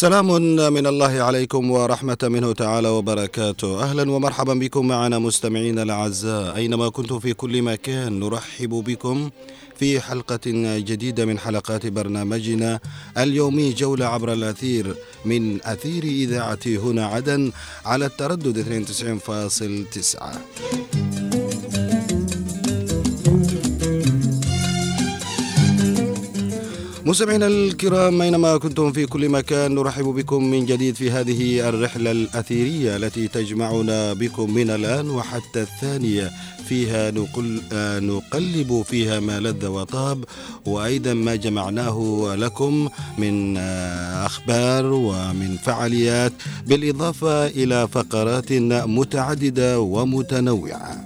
سلام من الله عليكم ورحمة منه تعالى وبركاته. أهلا ومرحبا بكم معنا مستمعين الأعزاء أينما كنتم في كل مكان. نرحب بكم في حلقة جديدة من حلقات برنامجنا اليومي جولة عبر الأثير من أثير إذاعة هنا عدن على التردد 92.9. مستمعينا الكرام أينما كنتم في كل مكان، نرحب بكم من جديد في هذه الرحلة الأثيرية التي تجمعنا بكم من الآن وحتى الثانية. فيها نقلب فيها ما لذ وطاب، وأيضا ما جمعناه لكم من أخبار ومن فعاليات، بالإضافة إلى فقرات متعددة ومتنوعة.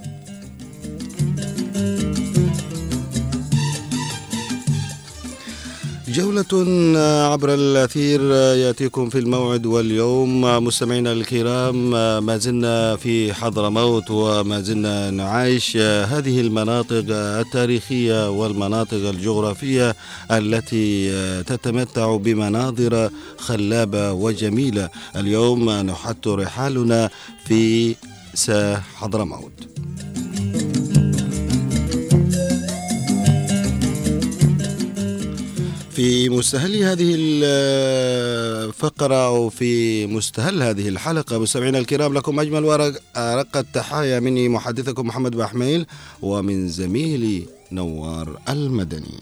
جولة عبر الأثير يأتيكم في الموعد واليوم. مستمعينا الكرام، ما زلنا في حضرموت وما زلنا نعيش هذه المناطق التاريخية والمناطق الجغرافية التي تتمتع بمناظر خلابة وجميلة. اليوم نحط رحالنا في ساحل حضرموت. في مستهل هذه الفقرة أو في مستهل هذه الحلقة مستمعينا الكرام، لكم أجمل ورقة تحايا مني محدثكم محمد بحميل ومن زميلي نوار المدني.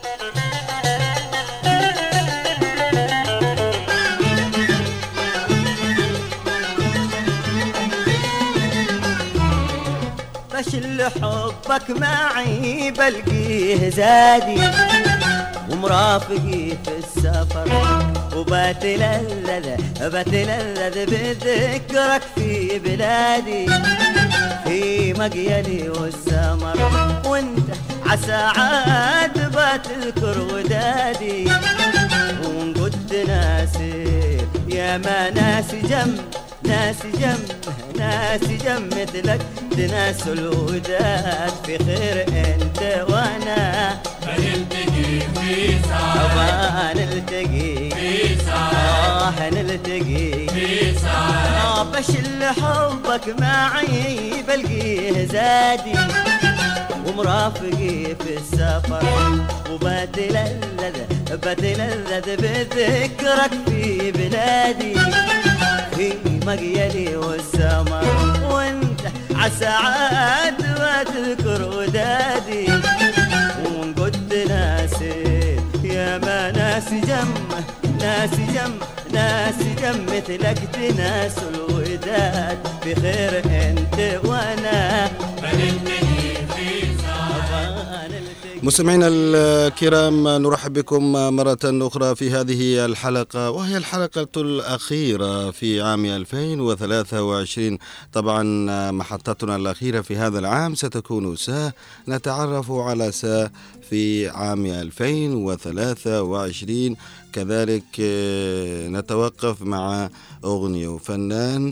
فشل حبك معي بلقيه زادي، ومرافقي في السفر وبتلذذ بذكرك في بلادي، في مقيلي والسمر وانت عساعات بتذكر ودادي، ونقد ناسي يا ما ناسي جم مثلك تناس الوداد، في خير انت وانا هنلتقي في ساعة، هنلتقي في ساعة، هنلتقي في ساعة. بشل حبك معي بلقيه زادي، ومرافقي في السفر وبتلذذ بذكرك في بلادي، في مقيلي والسمر وانت عساعات وتذكر ودادي، ونقد ناسي يا ما ناسي جم مثلك تناس الوداد، بخير انت وانا هنلتقي في ساعة. مستمعينا الكرام، نرحب بكم مرة أخرى في هذه الحلقة، وهي الحلقة الأخيرة في عام 2023. طبعا محطتنا الأخيرة في هذا العام ستكون نتعرف على في عام 2023. كذلك نتوقف مع أغنية وفنان،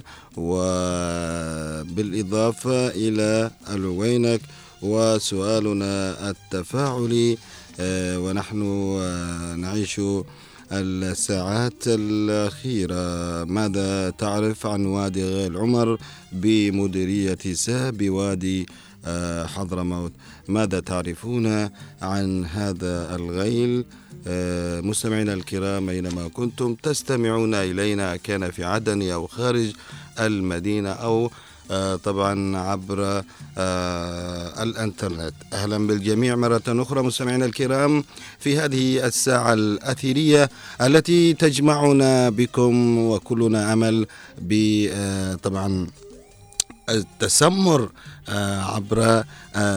وبالإضافة إلى الوينك وسؤالنا التفاعلي، ونحن نعيش الساعات الأخيرة. ماذا تعرف عن وادي غيل عمر بمديرية بوادي حضرموت؟ ماذا تعرفون عن هذا الغيل؟ مستمعينا الكرام أينما كنتم تستمعون إلينا، كان في عدن أو خارج المدينة أو طبعا عبر الانترنت. اهلا بالجميع مرة اخرى مستمعينا الكرام في هذه الساعة الاثيرية التي تجمعنا بكم، وكلنا امل طبعا التسمر عبر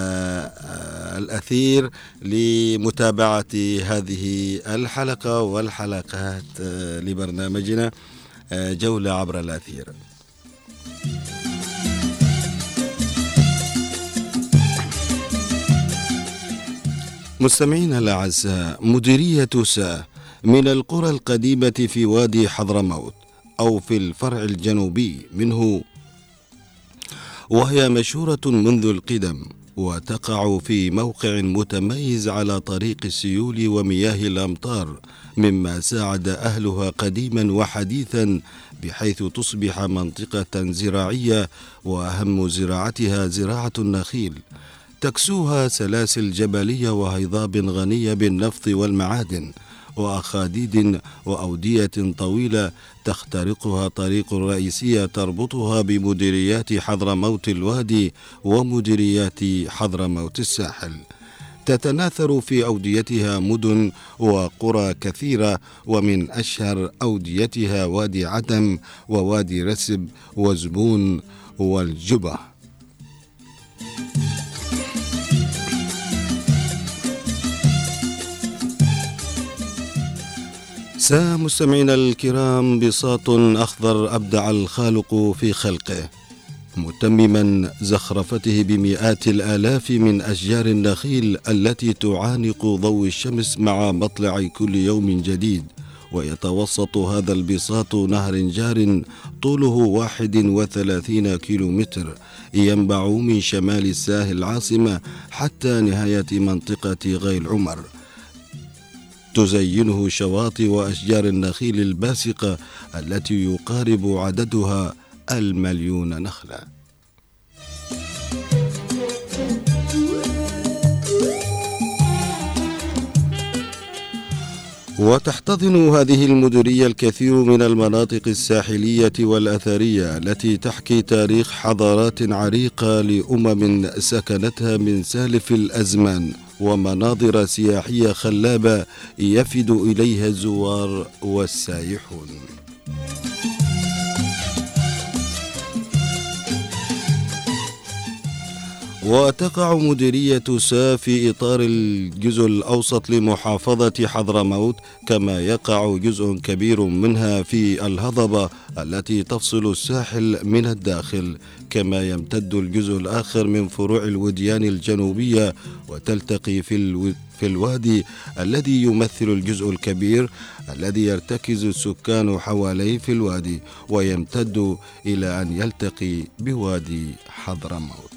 الأثير لمتابعة هذه الحلقة والحلقات لبرنامجنا جولة عبر الأثير. مستمعينا الأعزاء، مديرية من القرى القديمة في وادي حضرموت أو في الفرع الجنوبي منه، وهي مشهورة منذ القدم، وتقع في موقع متميز على طريق السيول ومياه الأمطار مما ساعد أهلها قديما وحديثا بحيث تصبح منطقة زراعية، وأهم زراعتها زراعة النخيل. تكسوها سلاسل جبلية وهضاب غنية بالنفط والمعادن وأخاديد وأودية طويلة تخترقها طريق رئيسية تربطها بمديريات حضرموت الوادي ومديريات حضرموت الساحل. تتناثر في أوديتها مدن وقرى كثيرة، ومن أشهر أوديتها وادي عدم ووادي رسب وزبون والجبة. مستمعينا الكرام، بساط أخضر أبدع الخالق في خلقه، متمما زخرفته بمئات الآلاف من أشجار النخيل التي تعانق ضوء الشمس مع مطلع كل يوم جديد. ويتوسط هذا البساط نهر جار طوله 31 كيلومتر ينبع من شمال الساحل العاصمة حتى نهاية منطقة غيل عمر. تزينه شواطئ وأشجار النخيل الباسقة التي يقارب عددها 1,000,000 نخلة. وتحتضن هذه المديرية الكثير من المناطق الساحلية والأثرية التي تحكي تاريخ حضارات عريقة لأمم سكنتها من سالف الأزمان، ومناظر سياحية خلابة يفد إليها الزوار والسائحون. وتقع مديرية سا في إطار الجزء الأوسط لمحافظة حضرموت، كما يقع جزء كبير منها في الهضبة التي تفصل الساحل من الداخل، كما يمتد الجزء الآخر من فروع الوديان الجنوبية وتلتقي في الوادي الذي يمثل الجزء الكبير الذي يرتكز السكان حواليه في الوادي، ويمتد إلى أن يلتقي بوادي حضرموت.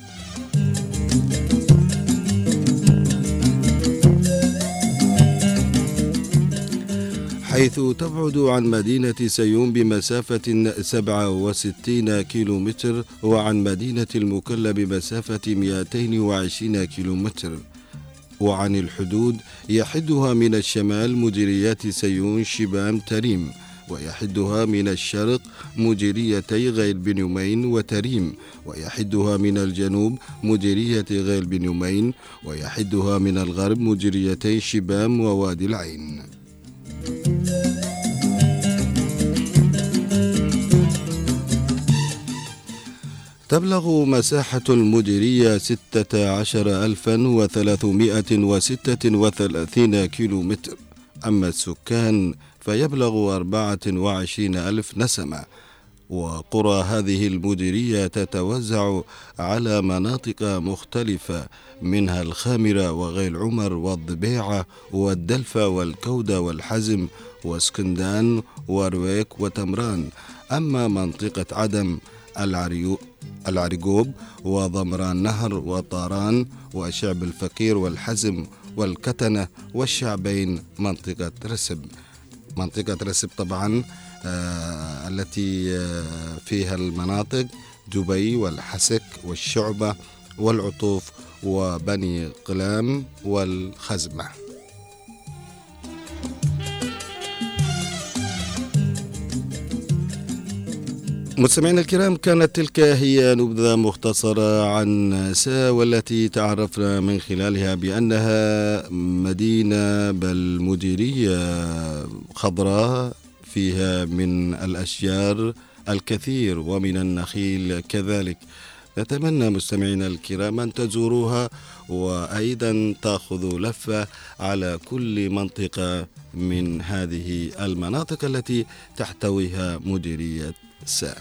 حيث تبعد عن مدينة سيوم بمسافة 67 كيلومتر، وعن مدينة المكلا بمسافة 220 كيلومتر. وعن الحدود يحدها من الشمال مديريات سيون شبام تريم، ويحدها من الشرق مديريتي غيل بن يمين وتريم، ويحدها من الجنوب مديرية غيل بن يمين، ويحدها من الغرب مديريتي شبام ووادي العين. تبلغ مساحة المديرية 16,336 كيلومتر، أما السكان فيبلغ 24,000 نسمة. وقرى هذه المديرية تتوزع على مناطق مختلفة، منها الخامرة وغيل عمر والضبيعة والدلفة والكودة والحزم واسكندان ورويك وتمران. أما منطقة عدم العريقوب وضمران نهر وطاران وشعب الفقير والحزم والكتنة والشعبين منطقة رسب طبعا التي فيها المناطق دبي والحسك والشعبة والعطوف وبني قلام والخزمة. مستمعينا الكرام، كانت تلك هي نبذة مختصرة عن سا، والتي تعرفنا من خلالها بأنها مدينة بل مديرية خضراء فيها من الأشجار الكثير ومن النخيل كذلك. نتمنى مستمعينا الكرام أن تزوروها وأيضا تأخذوا لفة على كل منطقة من هذه المناطق التي تحتويها مديرية سا.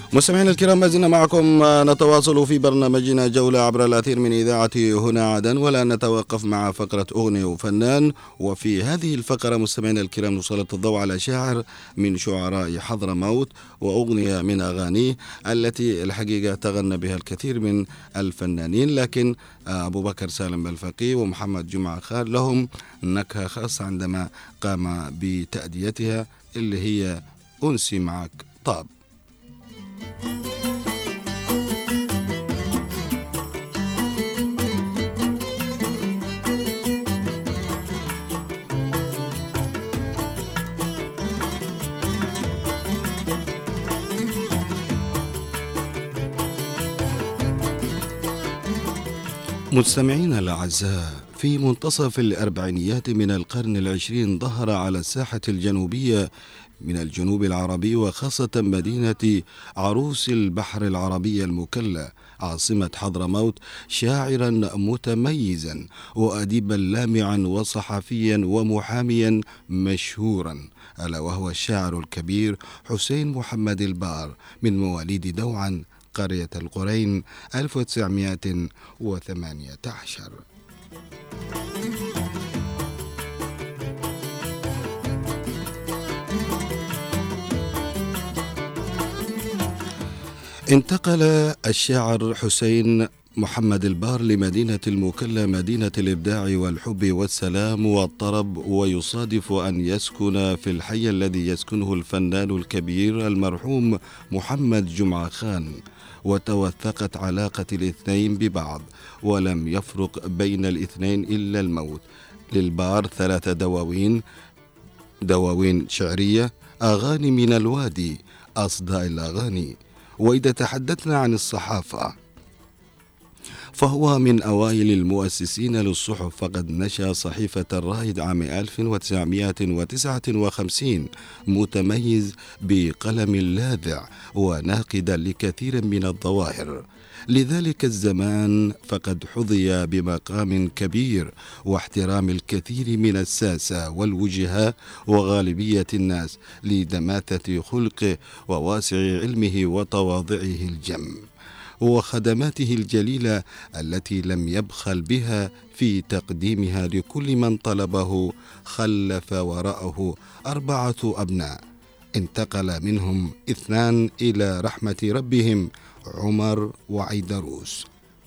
مستمعينا الكرام، ما زلنا معكم نتواصل في برنامجنا جولة عبر الأثير من إذاعة هنا عدن، ولا نتوقف مع فقرة أغنية وفنان. وفي هذه الفقرة مستمعينا الكرام نسلط الضوء على شاعر من شعراء حضرموت وأغنية من أغانيه التي الحقيقة تغنى بها الكثير من الفنانين، لكن أبو بكر سالم الفقي ومحمد جمعة خان لهم نكهة خاصة عندما قام بتأديتها، اللي هي أنسي معك طاب. مستمعينا الأعزاء، في منتصف الأربعينيات من القرن العشرين ظهر على الساحة الجنوبية من الجنوب العربي وخاصة مدينة عروس البحر العربي المكلا عاصمة حضرموت شاعرا متميزا وأديبا لامعا وصحفيا ومحاميا مشهورا، ألا وهو الشاعر الكبير حسين محمد البار من مواليد دوعا قرية القرين 1918. انتقل الشاعر حسين محمد البار لمدينة المكلا مدينة الإبداع والحب والسلام والطرب، ويصادف أن يسكن في الحي الذي يسكنه الفنان الكبير المرحوم محمد جمعة خان، وتوثقت علاقة الاثنين ببعض ولم يفرق بين الاثنين إلا الموت. للبار 3 دواوين شعرية، أغاني من الوادي، أصداء الأغاني. وإذا تحدثنا عن الصحافة فهو من أوائل المؤسسين للصحف، فقد نشأ صحيفة الرائد عام 1959 متميز بقلم لاذع وناقدا لكثير من الظواهر. لذلك الزمان فقد حظي بمقام كبير واحترام الكثير من الساسة والوجهاء وغالبية الناس لدماثة خلقه وواسع علمه وتواضعه الجم وخدماته الجليلة التي لم يبخل بها في تقديمها لكل من طلبه. خلف وراءه 4 أبناء، انتقل منهم 2 إلى رحمة ربهم، عمر وعيدروس،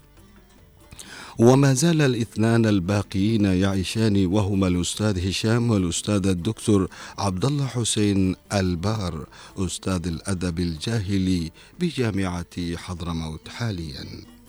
وما زال الاثنان الباقيين يعيشان، وهما الأستاذ هشام والأستاذ الدكتور عبد الله حسين البار، أستاذ الأدب الجاهلي بجامعة حضرموت حاليا.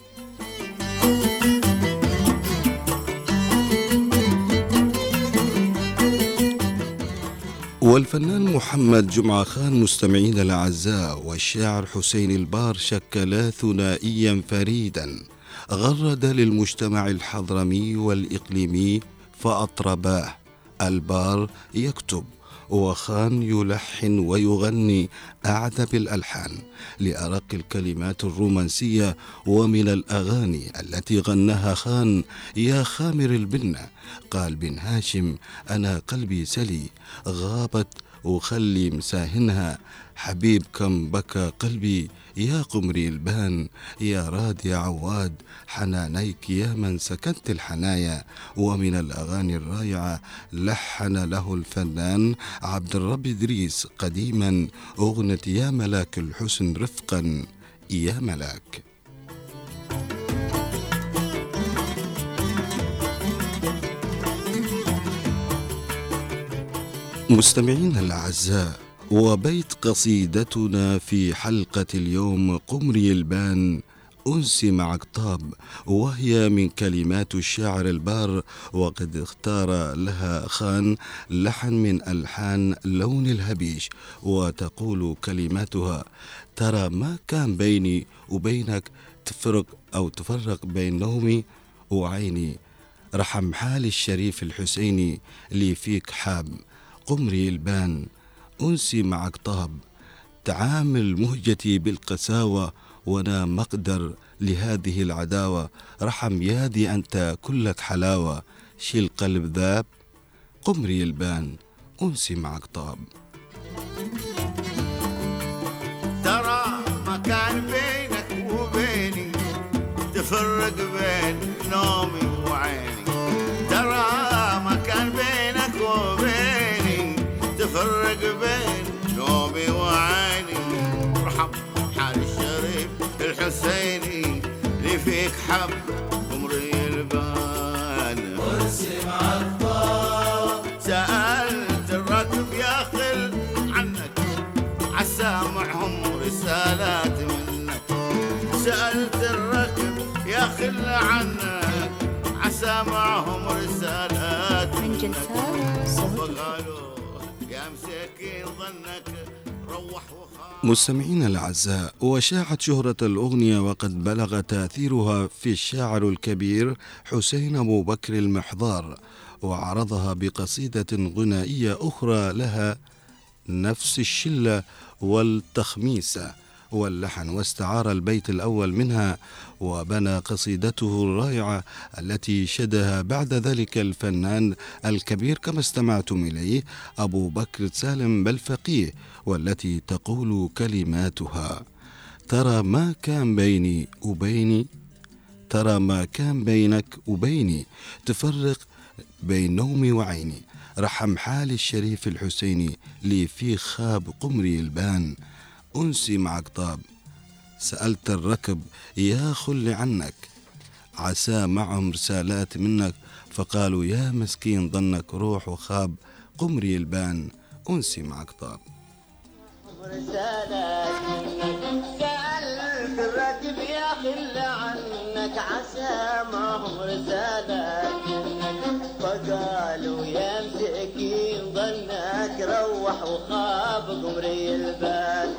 والفنان محمد جمعة خان مستمعين الأعزاء والشاعر حسين البار شكلا ثنائيا فريدا غرد للمجتمع الحضرمي والإقليمي فأطرباه. البار يكتب وخان يلحن ويغني أعذب الألحان لأرق الكلمات الرومانسية. ومن الأغاني التي غناها خان: يا خامر البنة، قال بن هاشم أنا قلبي سلي، غابت وخلي مساهنها، حبيب كم بكى قلبي، يا قمري البان، يا راد يا عواد، حنانيك يا من سكنت الحنايا. ومن الأغاني الرائعة لحن له الفنان عبد الرب إدريس قديما أغنية يا ملاك الحسن رفقا يا ملاك. مستمعين الأعزاء، وبيت قصيدتنا في حلقة اليوم قمري البان أنسي معك طاب، وهي من كلمات الشاعر البار، وقد اختار لها خان لحن من ألحان لون الهبيش. وتقول كلماتها: ترى ما كان بيني وبينك تفرق بين نومي وعيني، رحم حال الشريف الحسيني لي فيك حاب، قمري البان أنسي معك طاب، تعامل مهجتي بالقساوة وانا مقدر لهذه العداوة، رحم يادي أنت كلك حلاوة، شيل قلب ذاب، قمري البان أنسي معك طاب. ترى ما تفرق بين نومي وعيني، ترى ما كان بينك وبيني، تفرق بين نومي وعيني. ارحم حال الشريف الحسيني اللي فيك حب عمري البان. ارسم عالطاوة سألت الركب يا خل عنك، عسامعهم رسالات منك. سألت الركب يا خل عنك، عسامعهم رسالات من منك. جلسات صوت فقالوا يا مساكين ظنك روح وخاف. مستمعينا الأعزاء، وشاعت شهرة الأغنية وقد بلغ تأثيرها في الشاعر الكبير حسين أبو بكر المحضار، وعرضها بقصيدة غنائية أخرى لها نفس الشلة والتخميسة واللحن، واستعار البيت الأول منها وبنى قصيدته الرائعة التي شدها بعد ذلك الفنان الكبير كما استمعتم إليه أبو بكر سالم بالفقيه، والتي تقول كلماتها: ترى ما كان بيني وبيني، ترى ما كان بينك وبيني، تفرق بين نومي وعيني. رحم حال الشريف الحسيني لي في خاب قمري البان، أنسي معك طاب. سألت الركب يا خل عنك، عسى معهم رسالات منك. فقالوا يا مسكين ظنك روح وخاب قمري البان، أنسي معك طاب. رسالات منك، سألت الركب يا خل عنك، عسى معهم رسالات منك. فقالوا يا مسكين ظنك روح وخاب قمري البال.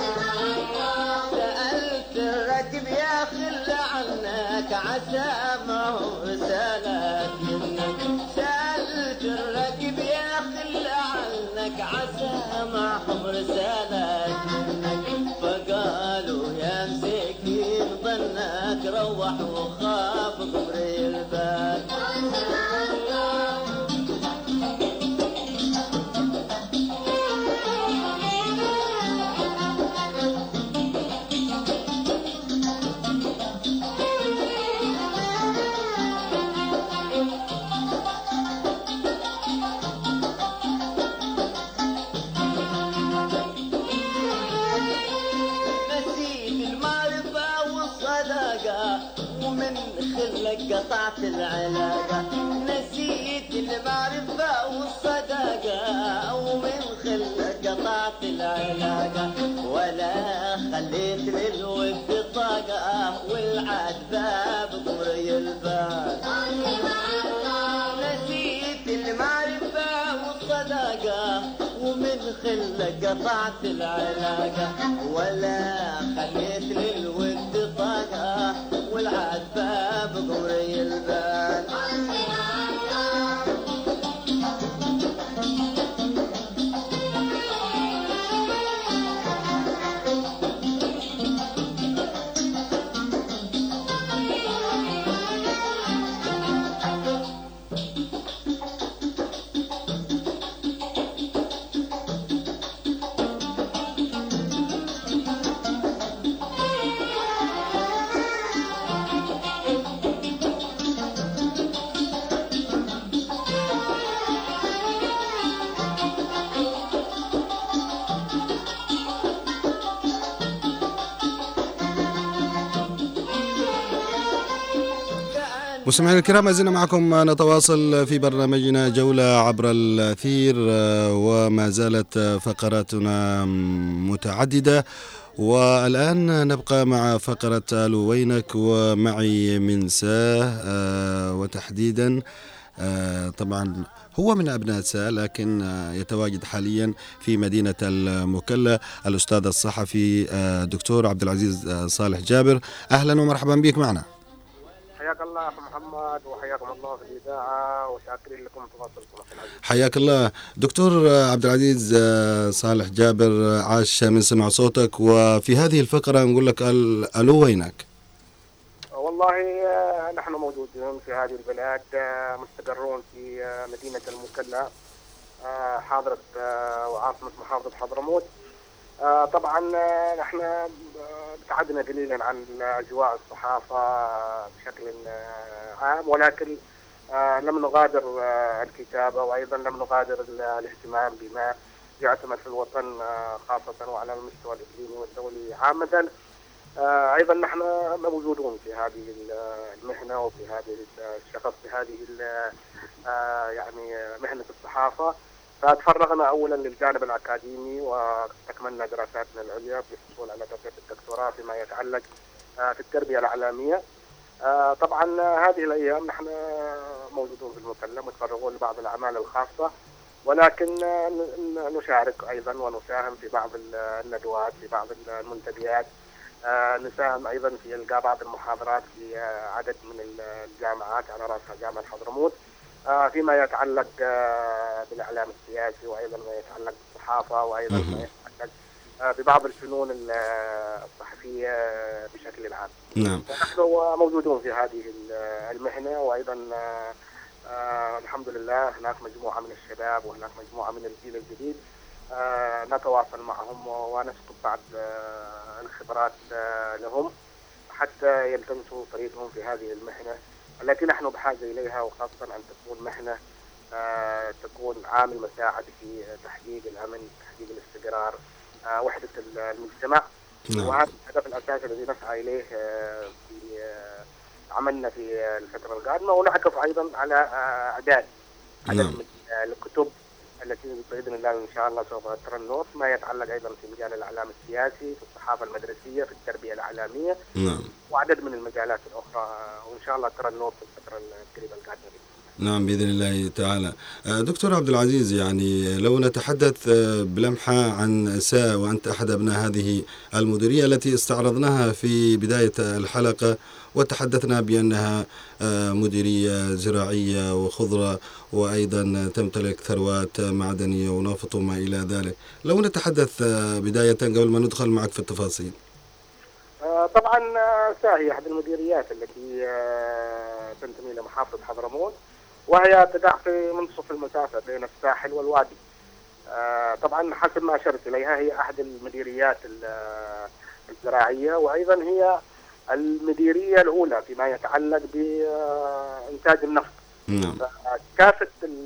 سألت الركب يا خل عنك، عسى معهم رسالات منك. سألت الركب يا خل عنك، عسى معهم رسالات منك. فقالوا يا مسكين ظنك روح وخاف قمري البال. ومن خلك قطعت العلاقة، نسيت المعرفة والصداقة. ومن خلك قطعت العلاقة، ولا خليت للود طاقة، والعاد باب قمري البال. نسيت المعرفة والصداقة، ومن خلك قطعت العلاقة، ولا خليت للود طاقة، والعاد باب قمري البال. مستمعينا الكرام، ما زلنا معكم نتواصل في برنامجنا جولة عبر الأثير، وما زالت فقراتنا متعددة. والآن نبقى مع فقرة ألو وينك، ومعي منساه وتحديدا طبعا هو من أبناء ساء، لكن يتواجد حاليا في مدينة المكلا الأستاذ الصحفي دكتور عبد العزيز صالح جابر. أهلا ومرحبا بك معنا. حياك الله أخي محمد، وحياكم الله في الإذاعة، وشاكرين لكم تواصلكم أخي العزيز. حياك الله دكتور عبد العزيز صالح جابر، عاش من سمع صوتك، وفي هذه الفقرة نقول لك ألو وينك. والله نحن موجودون في هذه البلاد، مستقرون في مدينة المكلا، حاضرة وعاصمة محافظة حضرموت. طبعا نحن ابتعدنا قليلا عن أجواء الصحافة بشكل عام، ولكن لم نغادر الكتابة، وأيضا لم نغادر الاهتمام بما يعتمد في الوطن خاصة وعلى المستوى الإقليمي والدولي عامة. أيضا نحن موجودون في هذه المهنة وفي هذه الشغف بهذه يعني مهنة الصحافة. فتفرغنا أولا للجانب الأكاديمي واستكملنا دراساتنا العليا بالحصول على درجة الدكتوراه فيما يتعلق في التربية الإعلامية. طبعا هذه الأيام نحن موجودون في المكلم متفرغون لبعض الأعمال الخاصة، ولكن نشارك أيضا ونساهم في بعض الندوات، في بعض المنتديات، نساهم أيضا في إلقاء بعض المحاضرات في عدد من الجامعات على رأسها جامعة حضرموت فيما يتعلق بالإعلام السياسي، وأيضا ما يتعلق بالصحافة، وأيضا ما يتعلق ببعض الفنون الصحفية بشكل عام. نعم. نحن موجودون في هذه المهنة، وأيضا الحمد لله هناك مجموعة من الشباب وهناك مجموعة من الجيل الجديد نتواصل معهم ونسقط بعض الخبرات لهم حتى يلتمسوا طريقهم في هذه المهنة التي نحن بحاجة إليها، وخاصة أن تكون مهنة تكون عامل مساعد في تحقيق الأمن، تحقيق الاستقرار، وحدة المجتمع. وهذا الهدف الأساسي الذي نسعى إليه في عملنا في الفترة القادمة، ونعكف أيضا على أعداد من الكتب التي بإذن الله إن شاء الله سوف ترى النور، ما يتعلق أيضا في مجال الإعلام السياسي، في الصحافة المدرسية، في التربية الإعلامية، وعدد من المجالات الأخرى، وإن شاء الله ترى النور في الفترة القريبة القادمة. نعم بإذن الله تعالى. دكتور عبد العزيز، يعني لو نتحدث بلمحة عن ساء، وأنت أحد أبناء هذه المديرية التي استعرضناها في بداية الحلقة وتحدثنا بأنها مديرية زراعية وخضرة، وأيضا تمتلك ثروات معدنية ونفط وما إلى ذلك. لو نتحدث بداية قبل ما ندخل معك في التفاصيل. طبعا ساء هي أحد المديريات التي تنتمي لمحافظة حضرموت، وهي تقع في منتصف المسافة بين الساحل والوادي. طبعا حسب ما أشرت إليها هي أحد المديريات الزراعية، وأيضا هي المديرية الأولى فيما يتعلق بإنتاج النفط. كافة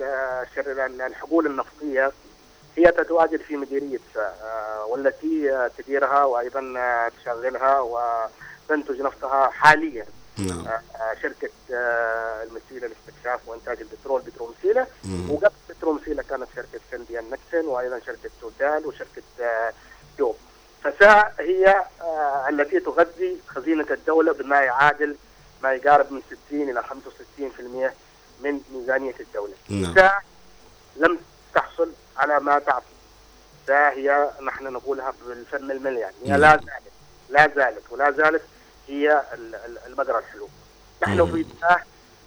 الحقول النفطية هي تتواجد في مديرية ساء، والتي تديرها وأيضا تشغلها وتنتج نفطها حاليا شركة المسيلة لاستكشاف وإنتاج البترول بترومسيلة، وقبل بترومسيلة كانت شركة سنديان نكسن، وأيضا شركة توتال وشركة دوب. فساء هي التي تغذي خزينة الدولة بما يعادل ما يقارب من 60 إلى 65% من ميزانية الدولة. ساء لم تحصل على ما تعطي. ساء هي نحن نقولها بالفم المليان، هي لا زالت هي المجرى الحلو. نحن في ساء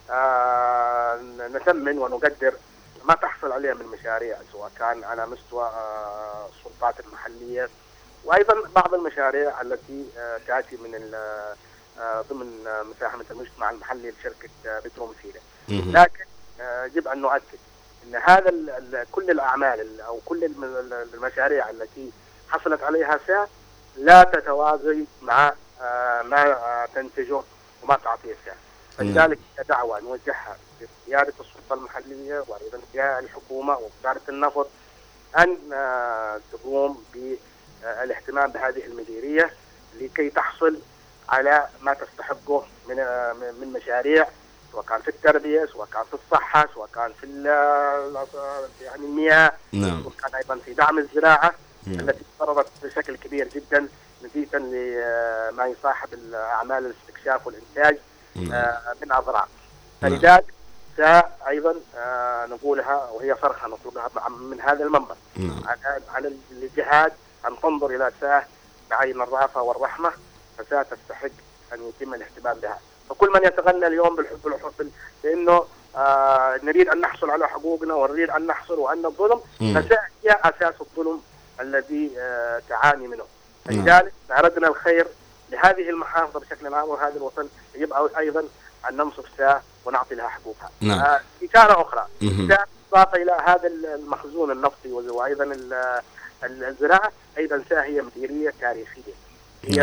نثمن ونقدر ما تحصل عليه من مشاريع، سواء كان على مستوى السلطات المحلية، وأيضا بعض المشاريع التي تأتي من ضمن مساهمة المجتمع المحلي لشركة بترومسيلة. لكن يجب أن نؤكد أن هذا كل الأعمال أو كل المشاريع التي حصلت عليها ساء لا تتوازي مع ما تنتجه وما تعطيه ساء. فلذلك دعوة نوجهها لقيادة السلطة المحلية وأيضا الحكومة ووزارة النفط أن تقوم بالاهتمام بهذه المديرية لكي تحصل على ما تستحقه من مشاريع، سواء كان في التربية، سواء كان في الصحة، سواء كان في يعني المياه، سواء كان أيضا في دعم الزراعة التي تضررت بشكل كبير جدا نتيجة لما يصاحب الأعمال الاستكشاف والإنتاج من أضرار. فلذلك أيضا نقولها، وهي صرخة نطلبها من هذا المنبر على الجهات أن تنظر إلى ساء بعين الرأفة والرحمة، فساء تستحق أن يتم الاهتمام بها. فكل من يتغنى اليوم بالحب والحب لأنه نريد أن نحصل على حقوقنا ونريد أن نحصل وأن الظلم، فساء هي أساس الظلم الذي تعاني منه. لذلك أردنا الخير لهذه المحافظة بشكل عام وهذا الوطن، يجب أيضا أن ننصف ساء ونعطي لها حقوقها. إشارة أخرى، ساء إضافة إلى هذا المخزون النفطي وأيضا الزراعة، أيضا ساء هي مديرية تاريخية، هي مديرية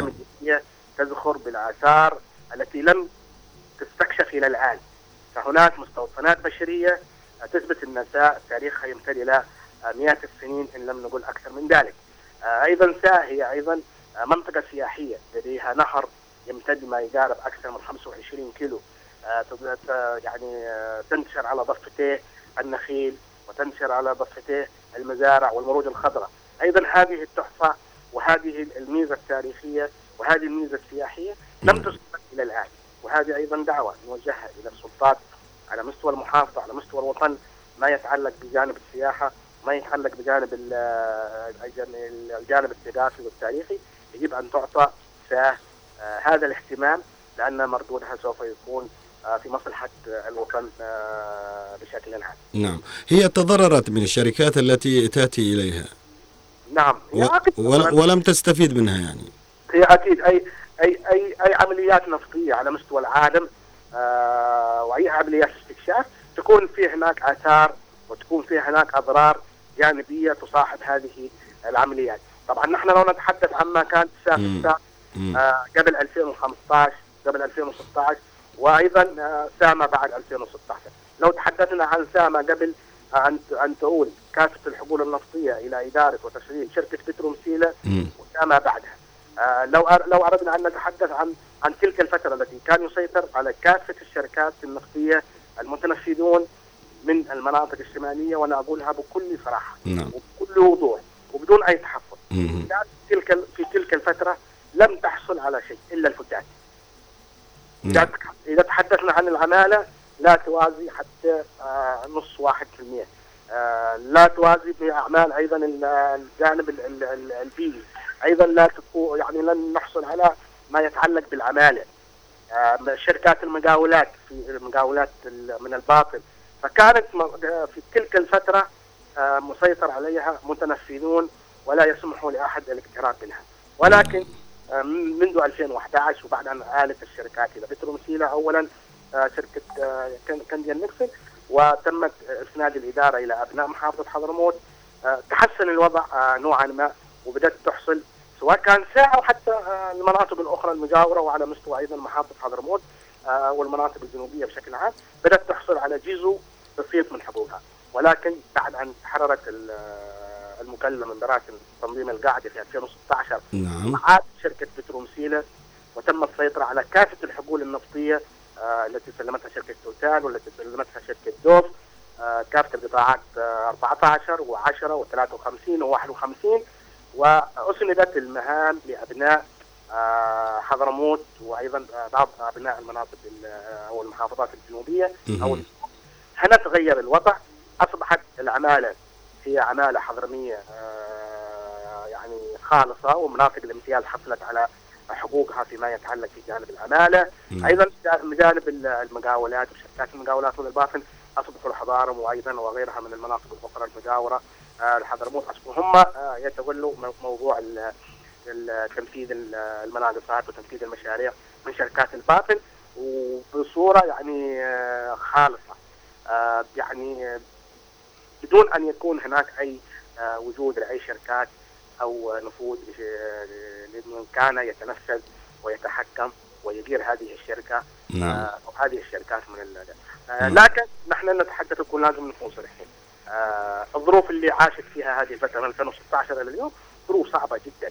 التاريخية تزخر بالآثار التي لم تستكشف إلى الآن. فهناك مستوطنات بشرية تثبت أن تاريخها يمتد إلى مئات السنين إن لم نقول أكثر من ذلك. أيضا ساء هي أيضا منطقة سياحية لديها نهر يمتد ما يقارب أكثر من 25 كيلو، يعني تنتشر على ضفتيه النخيل وتنتشر على ضفتيه المزارع والمروج الخضراء. أيضا هذه التحفة وهذه الميزة التاريخية وهذه الميزة السياحية لم تسبق إلى الآن، وهذه أيضا دعوة نوجهها إلى السلطات على مستوى المحافظة على مستوى الوطن ما يتعلق بجانب السياحة، ما يتعلق بجانب الجانب الثقافي والتاريخي، يجب أن تعطى هذا الاهتمام، لأن مردودها سوف يكون في مصلحة الوطن بشكل عام. نعم، هي تضررت من الشركات التي تأتي إليها. نعم، ولم تستفيد منها يعني. هي أكيد أي عمليات نفطية على مستوى العالم وأي عمليات استكشاف تكون في هناك آثار وتكون في هناك أضرار جانبية تصاحب هذه العمليات. طبعا نحن لو نتحدث عما كان قبل 2015 قبل 2016 وأيضا سامة بعد 2016، لو تحدثنا عن سامة قبل أن تؤول كافة الحقول النفطية إلى إدارة وتشغيل شركة بترومسيلة وسامة بعدها، لو أردنا أن نتحدث عن تلك الفترة التي كان يسيطر على كافة الشركات النفطية المتنفذون من المناطق الشمالية، وأنا أقولها بكل صراحة وبكل وضوح وبدون أي تحفظ، في تلك الفترة لم تحصل على شيء إلا الفتات. إذا تحدثنا عن العمالة لا توازي حتى نص 1%، لا توازي بأعمال أيضا الجانب البيئي، أيضا لا تكون يعني لن نحصل على ما يتعلق بالعمالة. شركات المقاولات في المقاولات من الباطن، فكانت في تلك الفترة مسيطر عليها متنفذون ولا يسمحوا لأحد الاقتراب منها. ولكن منذ 2011 وبعد أن آلت الشركات إلى بترومسيلة، أولا شركة كنديان نيكسون، وتمت إسناد الإدارة إلى أبناء محافظة حضرموت، تحسن الوضع نوعا ما، وبدأت تحصل سواء كان ساعة أو حتى المناطق الأخرى المجاورة، وعلى مستوى أيضا محافظة حضرموت والمناطق الجنوبية بشكل عام بدأت تحصل على جزء بسيط من حقوقها. ولكن بعد أن تحررت المكلف من براسم تنظيم القاعدة في 2016 عاد شركة بترومسيلة وتم السيطرة على كافة الحقول النفطية التي سلمتها شركة توتال والتي سلمتها شركة دوف، كافة القطاعات 14 و10 و53 و51، وأسندت المهام لأبناء حضرموت وأيضا بعض أبناء المناطق أو المحافظات الجنوبية. هنا تغير الوضع، أصبحت العمالة هي عمالة حضرمية يعني خالصة، ومناطق الامتياز حصلت على حقوقها فيما يتعلق في جانب العمالة. أيضا جانب المقاولات وشركات المقاولات من الباطن أصبحوا الحضارم وأيضا وغيرها من المناطق الأخرى المجاورة لحضرموت أصبحوا هم يتولوا موضوع تنفيذ المناقصات وتنفيذ المشاريع من شركات الباطن، وبصورة يعني خالصة، يعني بدون أن يكون هناك أي وجود لأي شركات أو نفوذ لمن كان يتنفذ ويتحكم ويدير هذه الشركة أو هذه الشركات من لكن نحن نتحدث يكون لازم نكون صريحين. الظروف اللي عاشت فيها هذه الفترة من 2016 إلى اليوم ظروف صعبة جدا،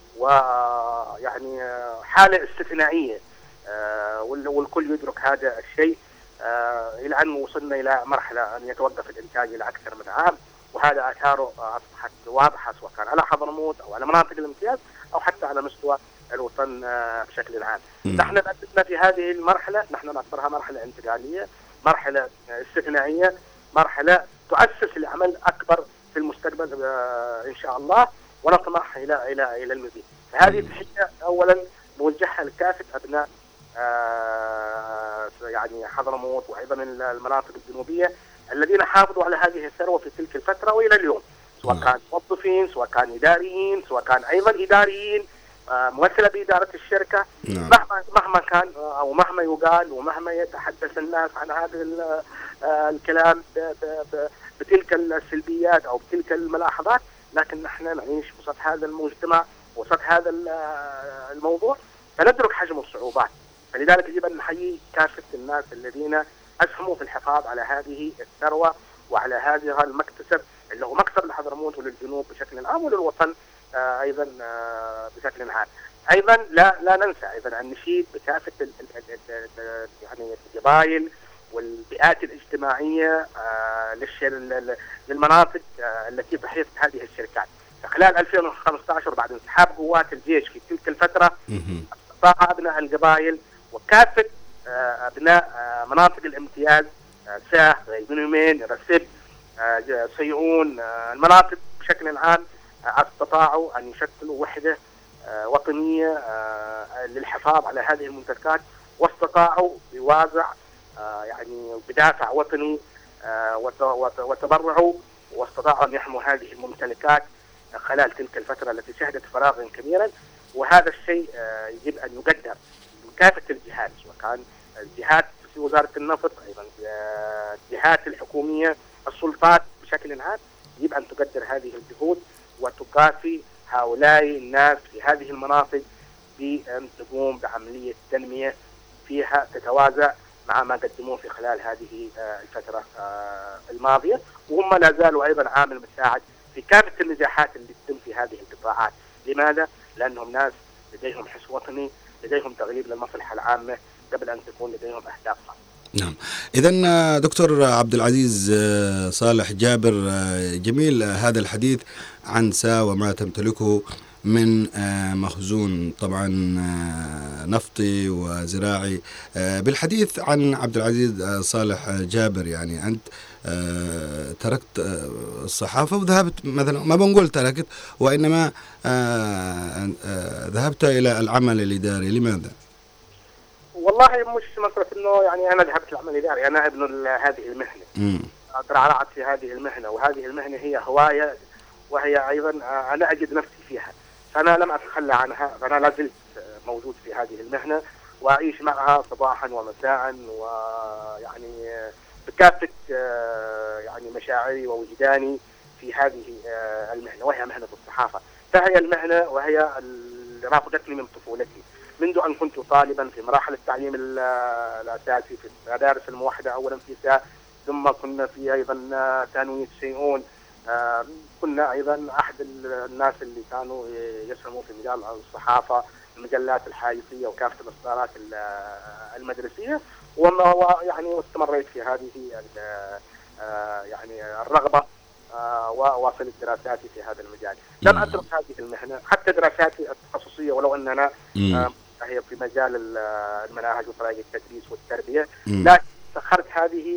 ويعني حالة استثنائية، والكل يدرك هذا الشيء، إلى أن وصلنا إلى مرحلة أن يتوقف الإنتاج إلى أكثر من عام، وهذا آثاره أصبحت واضحة سواء كان على حضرموت أو على مناطق الامتياز أو حتى على مستوى الوطن بشكل عام. نحن نأتينا في هذه المرحلة، نحن نعتبرها مرحلة انتقالية، مرحلة استثنائية، مرحلة تؤسس لعمل أكبر في المستقبل إن شاء الله، ونطمح إلى المزيد. هذه تحية أولا موجهة لكافة أبناء يعني حضرموت وأيضا المناطق الجنوبية الذين حافظوا على هذه الثروة في تلك الفترة وإلى اليوم، سواء كان موظفين سواء كان إداريين سواء كان أيضا إداريين ممثلة بإدارة الشركة. مهما كان أو مهما يقال ومهما يتحدث الناس عن هذا الكلام بتلك السلبيات أو بتلك الملاحظات، لكن نحن نعيش وسط هذا المجتمع وسط هذا الموضوع، فندرك حجم الصعوبات. فلذلك يجب أن نحيي كافة الناس الذين أسهموا في الحفاظ على هذه الثروة وعلى هذا المكتسب اللي هو مكسب لحضرموت وللجنوب بشكل عام وللوطن أيضا بشكل عام. أيضا لا ننسى أيضا أن نشيد بكافة يعني القبائل والبيئات الاجتماعية للمناطق التي تحيط هذه الشركات. فخلال 2015 بعد انسحاب قوات الجيش في تلك الفترة استطاع أبناء القبائل وكافة أبناء مناطق الامتياز ساه، غيبنومين، رسب، سيئون، المناطق بشكل عام استطاعوا أن يشكلوا وحدة وطنية للحفاظ على هذه الممتلكات، واستطاعوا بوازع يعني بدافع وطني وتبرعوا واستطاعوا أن يحموا هذه الممتلكات خلال تلك الفترة التي شهدت فراغا كبيرا. وهذا الشيء يجب أن يقدر من كافة الجهات، وكان الجهات في وزارة النفط، أيضا الجهات الحكومية، السلطات بشكل عام، يجب أن تقدر هذه الجهود وتكافي هؤلاء الناس في هذه المناطق بأن تقوم بعملية تنمية فيها تتوازى مع ما قدموه في خلال هذه الفترة الماضية. وهم لا زالوا أيضا عامل مساعد في كافة النجاحات اللي تتم في هذه القطاعات. لماذا؟ لأنهم ناس لديهم حس وطني، لديهم تغليب للمصلحة العامة قبل أن تكون لديهم أهداف خاصة. نعم. إذن دكتور عبد العزيز صالح جابر، جميل هذا الحديث عن سا وما تمتلكه من مخزون طبعا نفطي وزراعي. بالحديث عن عبد العزيز صالح جابر، يعني أنت تركت الصحافة وذهبت مثلا، ما بنقول تركت، وإنما ذهبت إلى العمل الإداري. لماذا؟ والله مش مسألة إنه يعني أنا ذهبت للعمل الإداري، أنا ابن هذه المهنة، ترعرعت في هذه المهنة، وهذه المهنة هي هواية، وهي أيضا أنا أجد نفسي فيها، فأنا لم أتخلى عنها، فأنا لا زلت موجود في هذه المهنة وأعيش معها صباحا ومساء، ويعني بكافة يعني مشاعري ووجداني في هذه المهنة، وهي مهنة الصحافة. فهي المهنة وهي اللي رافقتني من طفولتي، منذ أن كنت طالبا في مراحل التعليم الأساسي في المدارس الموحدة، أولا في سا، ثم كنا في أيضا ثانوية سيئون. كنا أيضا أحد الناس اللي كانوا يسهموا في مجال الصحافة، المجلات الحائطية وكافة الإصدارات المدرسية، ويعني واستمريت في هذه يعني الرغبة وواصلت دراساتي في هذا المجال. لم أترك هذه المهنة حتى دراساتي التخصصية، ولو أننا هي في مجال المناهج وطريقة التدريس والتربية، لكن سخرت هذه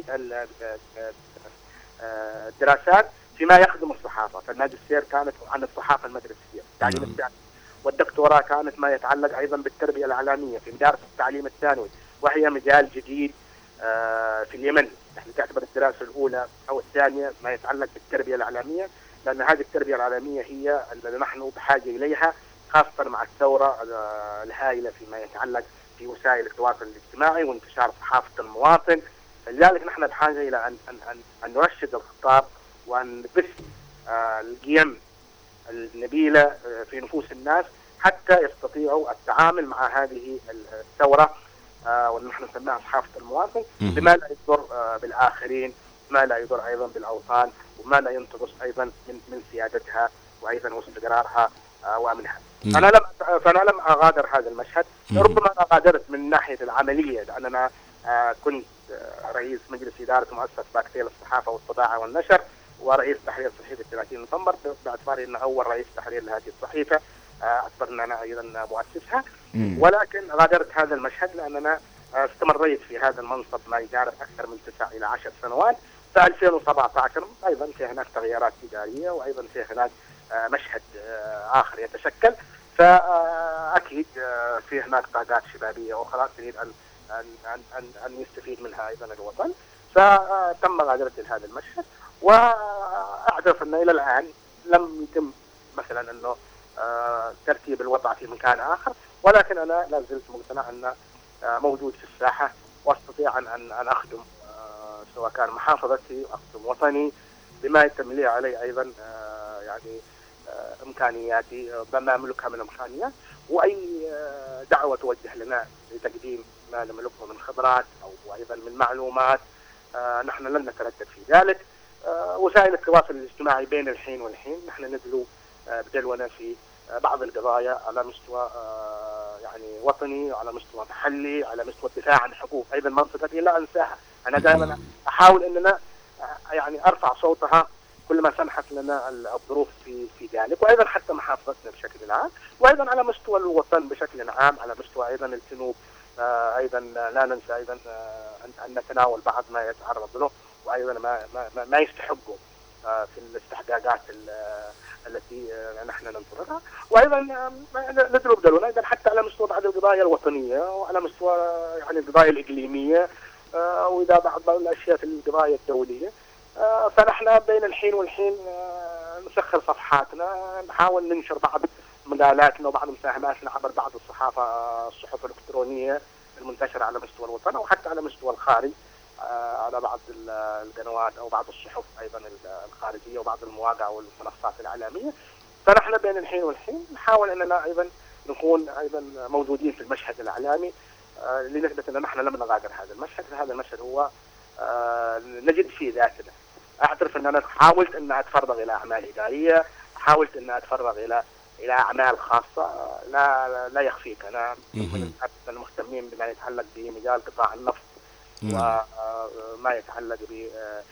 الدراسات فيما يخدم الصحافة. فالماجستير كانت عن الصحافة المدرسية، التعليم الثانوي، والدكتوراه كانت ما يتعلق أيضا بالتربية الإعلامية في مدارس التعليم الثانوي، وهي مجال جديد في اليمن. نحن تعتبر الدراسة الأولى أو الثانية ما يتعلق بالتربية الإعلامية، لأن هذه التربية الإعلامية هي التي نحن بحاجة إليها، خاصة مع الثورة الهائلة فيما يتعلق في وسائل التواصل الاجتماعي وانتشار صحافة المواطن. فلذلك نحن بحاجة إلى أن نرشد الخطاب وأن نبث القيم النبيلة في نفوس الناس حتى يستطيعوا التعامل مع هذه الثورة، ونحن نسميها صحافة المواطن، بما لا يضر بالآخرين، ما لا يضر أيضا بالأوطان، وما لا ينتقص أيضا من سيادتها وأيضا واستقرارها وأمنها. فأنا لم أغادر هذا المشهد. ربما أنا غادرت من ناحية العملية، لأننا كنت رئيس مجلس إدارة مؤسسة باكتيل الصحافة والطباعة والنشر، ورئيس تحرير صحيفة 30 نوفمبر، باعتباري أنه أول رئيس تحرير لهذه الصحيفة، اعتبرنا أنا أيضا مؤسسها. ولكن غادرت هذا المشهد لأننا استمريت في هذا المنصب ما يقارب أكثر من 9 إلى 10 سنوات. في 2017 أيضا في هناك تغييرات إدارية، وأيضا في هناك مشهد آخر يتشكل، فأكيد في هناك طاقات شبابية أخرى تريد أن يستفيد منها أيضا الوطن. فتم غادرتي لهذا المشهد، وأعترف أن إلى الآن لم يتم مثلا أنه ترتيب الوضع في مكان آخر، ولكن أنا لا زلت مقتنع أن موجود في الساحة، واستطيع أن أخدم سواء كان محافظتي، أخدم وطني بما يتم لي علي أيضا يعني إمكانياتي، بما أملكها من إمكانيات. واي دعوه توجه لنا لتقديم ما نملكه من خبرات او ايضا من معلومات نحن لن نتردد في ذلك. وسائل التواصل الاجتماعي بين الحين والحين نحن ندلو بدلونا في بعض القضايا على مستوى يعني وطني، على مستوى محلي، على مستوى الدفاع عن حقوق. ايضا منطقتي لا انساها، انا دائما احاول اننا يعني ارفع صوتها كل ما سمحت لنا الظروف في ذلك، وايضا حتى محافظتنا بشكل عام، وايضا على مستوى الوطن بشكل عام، على مستوى ايضا الجنوب. ايضا لا ننسى ايضا ان نتناول بعض ما يتعرض له وايضا ما يستحقه في الاستحقاقات التي نحن ننتظرها، وايضا ندلو بدلونا ايضا حتى على مستوى بعض القضايا الوطنيه وعلى مستوى يعني القضايا الاقليميه، واذا بعض الاشياء في القضايا الدوليه. فنحن بين الحين والحين نسخر صفحاتنا، نحاول ننشر بعض مقالاتنا وبعض مساهماتنا عبر بعض الصحف الالكترونيه المنتشره على مستوى الوطن او حتى على مستوى الخارج، على بعض القنوات او بعض الصحف ايضا الخارجيه وبعض المواقع والمنصات الاعلاميه. فنحن بين الحين والحين نحاول اننا ايضا نكون ايضا موجودين في المشهد الاعلامي لنثبت ان نحن لم نغادر هذا المشهد. هذا المشهد هو نجد فيه ذاتنا. اعترف ان انا حاولت ان اتفرغ الى اعمال اداريه، حاولت ان اتفرغ الى اعمال خاصه، لا يخفيك انا من المهتمين بما يتعلق بمجال قطاع النفط وما يتعلق ب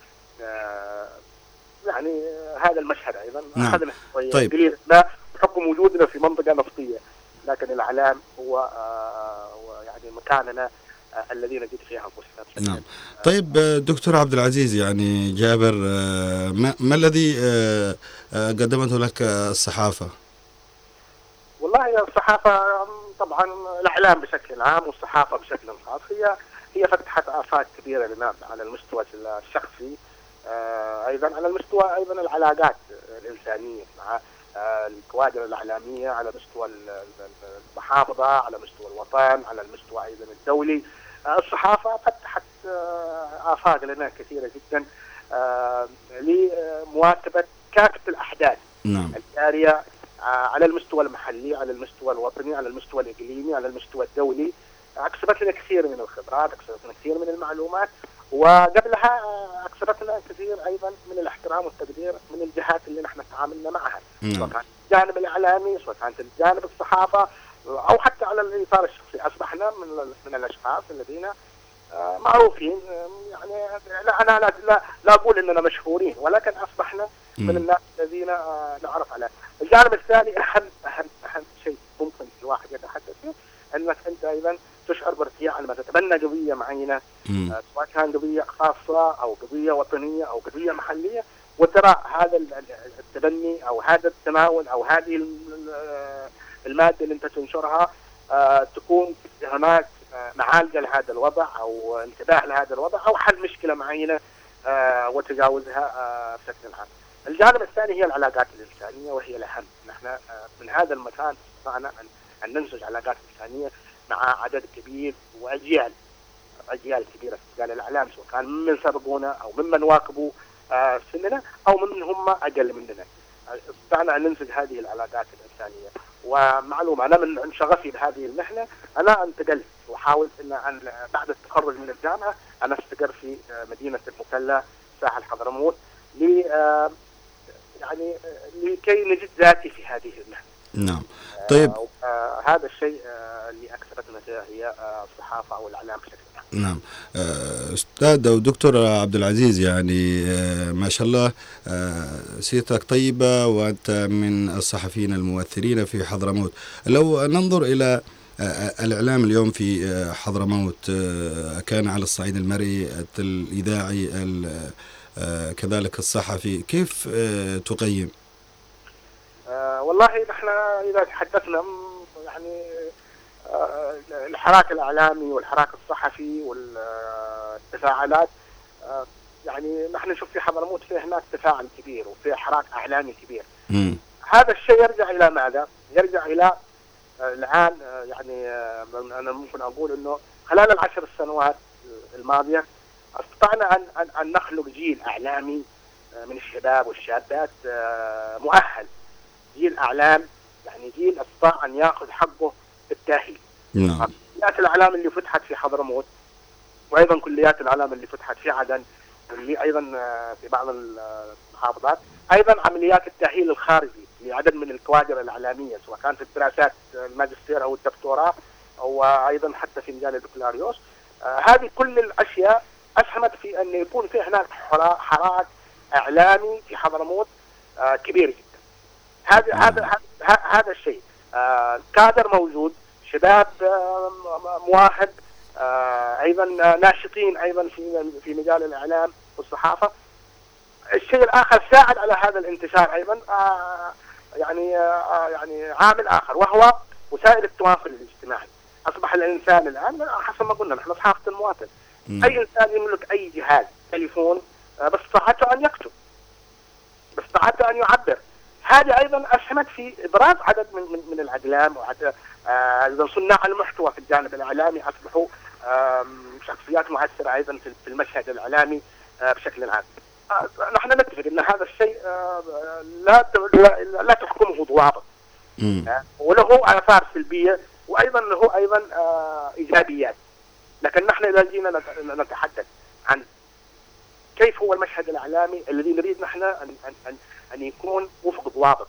يعني هذا المشهد ايضا اخذنا قليل بحكم وجودنا في منطقه نفطيه، لكن الاعلام هو يعني مكاننا الذي نجد فيها انفسنا. نعم. طيب دكتور عبد العزيز، يعني جابر، ما الذي قدمته لك الصحافه؟ والله الصحافه طبعا الاعلام بشكل عام والصحافه بشكل خاص هي فتحت آفاق كبيره لنا على المستوى الشخصي، ايضا على المستوى ايضا العلاقات الانسانيه مع الكوادر الاعلاميه، على مستوى المحافظه، على مستوى الوطن، على المستوى ايضا الدولي. الصحافه فتحت آفاق لنا كثيره جدا لمواكبه كافه الاحداث الجاريه على المستوى المحلي، على المستوى الوطني، على المستوى الاقليمي، على المستوى الدولي. اكسبت لنا كثير من الخبرات، اكسبت لنا كثير من المعلومات، وقبلها اكسبت لنا كثير ايضا من الاحترام والتقدير من الجهات اللي نحن تعاملنا معها، سواء كان الجانب الاعلامي، سواء كانت الجانب الصحافه، او حتى على الاطار الشخصي. اصبحنا من الاشخاص الذين معروفين، يعني انا لا اقول اننا مشهورين، ولكن اصبحنا من الناس الذين نعرف على. الجانب الثاني اهم شيء ممكن الواحد يتحدث فيه، انك انت ايضا تشعر بارتياح لما تتبنى قضيه معينه، سواء كان قضيه خاصه او قضيه وطنيه او قضيه محليه، وترى هذا التبني او هذا التناول او هذه الماده اللي انت تنشرها تكون هناك معالجه لهذا الوضع او انتباه لهذا الوضع او حل مشكله معينه وتجاوزها بشكل عام. الجانب الثاني هي العلاقات الانسانيه، وهي الاهم. نحن من هذا المكان استطعنا ان ننسج علاقات انسانيه مع عدد كبير واجيال كبيره في مجال الاعلام، سواء كان ممن سبقونا او ممن واكبوا سننا او ممن هم اقل مننا. استطعنا ان ننسج هذه العلاقات الانسانيه. ومعلومه، انا من شغفي بهذه المهنه انا انتقلت وحاولت ان بعد التخرج من الجامعه انا استقر في مدينه المكلا ساحل حضرموت يعني لكي نجد ذاتي في هذه المهنه. نعم. طيب هذا الشيء اللي اكسبتنا هي الصحافه او الاعلام بشكل عام. نعم. استاذ او دكتور عبد العزيز، يعني ما شاء الله سيرتك طيبه وانت من الصحفيين المؤثرين في حضرموت. لو ننظر الى الاعلام اليوم في حضرموت، كان على الصعيد المرئي، الاذاعي، كذلك الصحفي، كيف تقيم؟ والله نحن اذا تحدثنا يعني الحراك الاعلامي والحراك الصحفي والتفاعلات، يعني نحن نشوف في حضرموت في هناك تفاعل كبير وفي حراك اعلامي كبير. هذا الشيء يرجع الى ماذا؟ يرجع الى الان يعني انا ممكن اقول انه خلال ال10 سنوات الماضيه استطعنا ان نخلق جيل اعلامي من الشباب والشابات مؤهل، جيل اعلام يعني جيل استطاع ان ياخذ حقه بالتاهيل. نعم. كليات الاعلام اللي فتحت في حضرموت، وايضا كليات الاعلام اللي فتحت في عدن، واللي ايضا في بعض المحافظات، ايضا عمليات التاهيل الخارجي لعدد من الكوادر الاعلاميه، سواء كانت في الدراسات الماجستير او الدكتوراه، او ايضا حتى في مجال البكالوريوس. هذه كل الاشياء اسهمت في ان يكون في هناك حراك اعلامي في حضرموت كبير جدا. هذا الشيء. كادر موجود، شباب مواهب، ايضا ناشطين ايضا في مجال الاعلام والصحافه. الشيء الاخر ساعد على هذا الانتشار ايضا يعني عامل اخر، وهو وسائل التواصل الاجتماعي. اصبح الانسان الان حسب ما قلنا نحن صحافه المواطن، اي انسان يملك اي جهاز تليفون باستطاعته ان يكتب، باستطاعته ان يعبر. هذه ايضا اسهمت في ابراز عدد من الاعلام، وعدد صناع المحتوى في الجانب الاعلامي اصبحوا شخصيات مؤثره ايضا في المشهد الاعلامي بشكل عام. نحن نتفق ان هذا الشيء لا تحكمه ضوابط، وله آثار سلبيه، وايضا له ايضا ايجابيات. لكن نحن اذا جينا نتحدث عن كيف هو المشهد الاعلامي الذي نريد نحن ان يكون وفق ضوابط،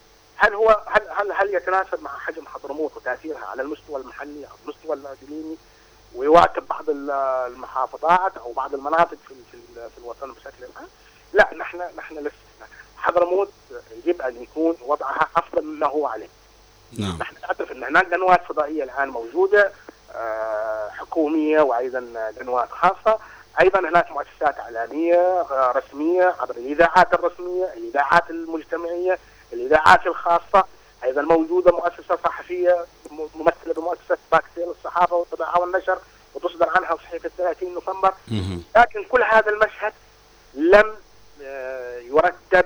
هل يتناسب مع حجم حضرموت وتاثيرها على المستوى المحلي او المستوى الاقليمي، ويواكب بعض المحافظات او بعض المناطق في الوطن بشكل عام؟ لا، نحن لسه حضرموت يجب ان يكون وضعها افضل مما هو عليه. نعم. نحن نعترف ان هناك قنوات فضائيه الان موجوده حكوميه، وايضا قنوات خاصه، ايضا هناك مؤسسات اعلاميه رسميه عبر الاذاعات الرسميه، الاذاعات المجتمعيه، الاذاعات الخاصه، ايضا موجوده مؤسسه صحفيه ممثله بمؤسسه باكسيل للصحافه والطباعه والنشر، وتصدر عنها صحيفه 30 نوفمبر. لكن كل هذا المشهد لم يرتب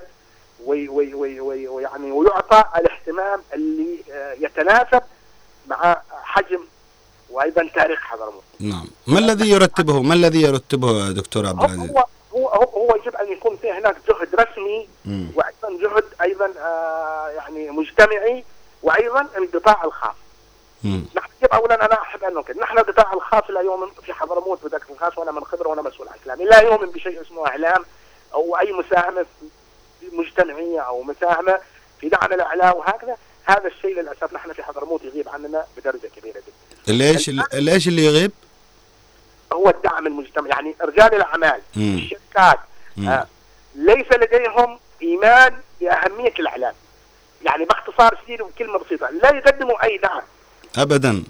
ويعني ويعطى الاهتمام اللي يتناسب مع حجم وايضا تاريخ حضرموت. نعم. ما الذي يرتبه دكتور عبد العزيز؟ هو يجب ان يكون في هناك جهد رسمي، وايضا جهد ايضا يعني مجتمعي، وايضا القطاع الخاص. نحن اولا انا احب ان نؤكد، نحن القطاع الخاص لا يؤمن في حضرموت بذاك الخاص، وانا من خبره وانا مسؤول عن كلامي، لا يؤمن بشيء اسمه اعلام او اي مساهمه مجتمعيه او مساهمه في دعم الاعلام وهكذا. هذا الشيء للاسف نحن في حضرموت يغيب عننا بدرجه كبيره جدا. ليش اللي يغيب؟ هو الدعم المجتمعي، يعني رجال الاعمال الشركات ليس لديهم ايمان باهميه الاعلام. يعني باختصار شديد وبكلمه بسيطه، لا يقدموا اي دعم ابدا.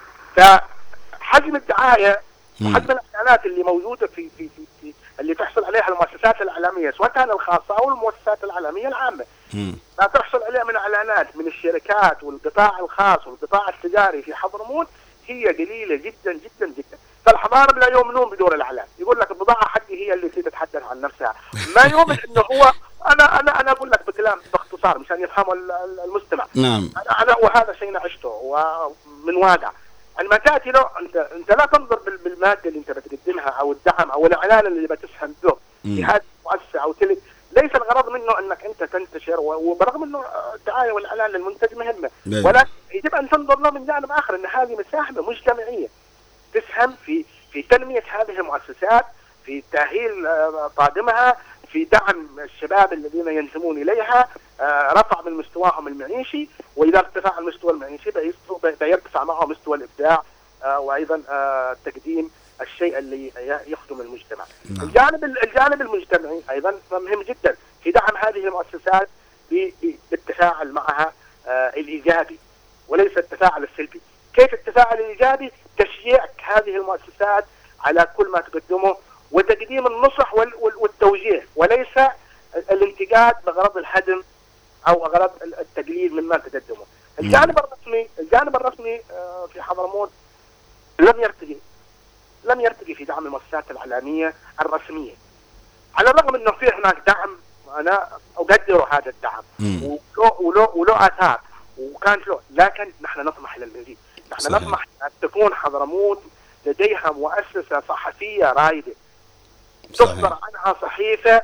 فحجم الدعايه وحجم الاعلانات اللي موجوده في اللي تحصل عليها المؤسسات الاعلاميه، سواء كان الخاصه او المؤسسات الاعلاميه العامه، لا تحصل عليها من اعلانات من الشركات والقطاع الخاص والقطاع التجاري في حضرموت هي قليله جدا جدا جدا. فالحضارب لا يؤمنون بدور الاعلام، يقول لك البضاعه حقي هي اللي تتحدث عن نفسها، ما يؤمن انه هو انا اقول لك بكلام باختصار مشان يفهموا المستمع. نعم. انا وهذا شيء عشته ومن واقع. لما تاتي له انت لا تنظر بالماده اللي انت بتقدمها او الدعم او الاعلان اللي بتسهم به في هذه المؤسسه او تلك، ليس الغرض منه انك انت تنتشر، وبرغم انه الدعايه والاعلان للمنتج مهمه، ولكن يجب ان تنظر له من جانب اخر، ان هذه مساهمه مجتمعيه تسهم في تنميه هذه المؤسسات، في تاهيل طاقمها، في دعم الشباب الذين ينتمون اليها، رفع من مستواهم المعيشي، واذا ارتفع المستوى المعيشي بيرتفع معه مستوى الابداع، وايضا تقديم الشيء اللي يخدم المجتمع. الجانب المجتمعي ايضا مهم جدا في دعم هذه المؤسسات بالتفاعل معها الايجابي وليس التفاعل السلبي. كيف التفاعل الايجابي؟ تشجيع هذه المؤسسات على كل ما تقدمه، وتقديم النصح والتوجيه، وليس الانتقاد بغرض الهدم او غرض التقليل مما تقدمه. الجانب الرسمي في حضرموت لم يرتقي في دعم المؤسسات الاعلاميه الرسميه، على الرغم انه في هناك دعم، انا اقدر هذا الدعم وله اثار وكانت له، لكن نحن نطمح للمزيد. نحن نطمح ان تكون حضرموت لديها مؤسسه صحفيه رائده، تصدر عنها صحيفه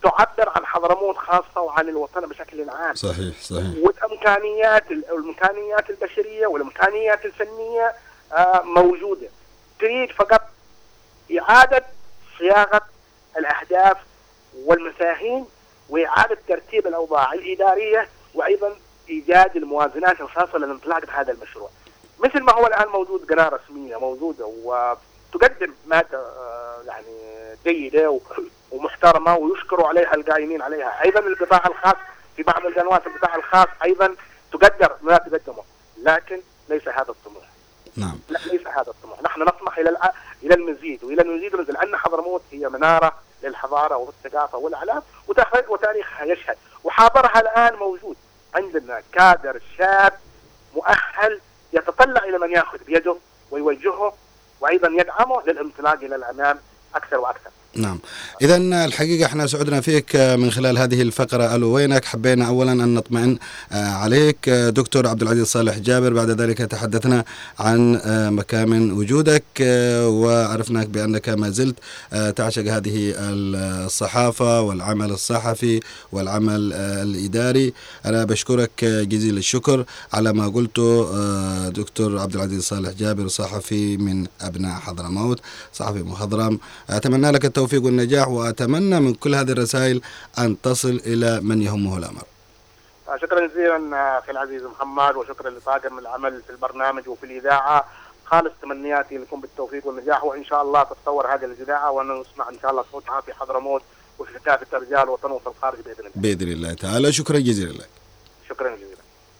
تعبر عن حضرموت خاصة وعن الوطن بشكل عام. صحيح. والإمكانيات البشرية والإمكانيات الفنية موجودة. تريد فقط إعادة صياغة الأهداف والمفاهيم وإعادة ترتيب الأوضاع الإدارية، وأيضا إيجاد الموازنات الخاصة للانطلاق بهذا المشروع. مثل ما هو الآن موجود قناة رسمية موجودة وتقدم مادة يعني جيدة ومحترمة ويشكروا عليها القائمين عليها. أيضا القطاع الخاص في بعض القنوات القطاع الخاص أيضا تقدر ما تقدمه، لكن ليس هذا الطموح. نعم. لا، ليس هذا الطموح. نحن نطمح إلى المزيد وإلى المزيد، لأن حضرموت هي منارة للحضارة والثقافة والإعلام وتاريخها يشهد. وحاضرها الآن موجود عندنا كادر شاب مؤهل يتطلع إلى من يأخذ بيده ويوجهه وأيضا يدعمه للانطلاق إلى الأمام أكثر وأكثر. نعم. إذا الحقيقة احنا سعدنا فيك من خلال هذه الفقرة. ألو وينك؟ حبينا أولا أن نطمئن عليك دكتور عبد العزيز صالح جابر. بعد ذلك تحدثنا عن مكامن وجودك وعرفناك بأنك ما زلت تعشق هذه الصحافة والعمل الصحفي والعمل الإداري. أنا بشكرك جزيل الشكر على ما قلته دكتور عبد العزيز صالح جابر، صحفي من أبناء حضرموت، صحفي مخضرم. أتمنى لك التوفيق والنجاح، وأتمنى من كل هذه الرسائل أن تصل إلى من يهمه الأمر. شكرا جزيلا أخي العزيز محمد، وشكرا لطاقم العمل في البرنامج وفي الإذاعة. خالص تمنياتي لكم بالتوفيق والنجاح، وإن شاء الله تتطور هذه الإذاعة ونسمع إن شاء الله صوتها في حضرموت وفي كافة رجال الوطن وفي الخارج بإذن الله. بإذن الله تعالى. شكرا جزيلا لك. شكرا جزيلا.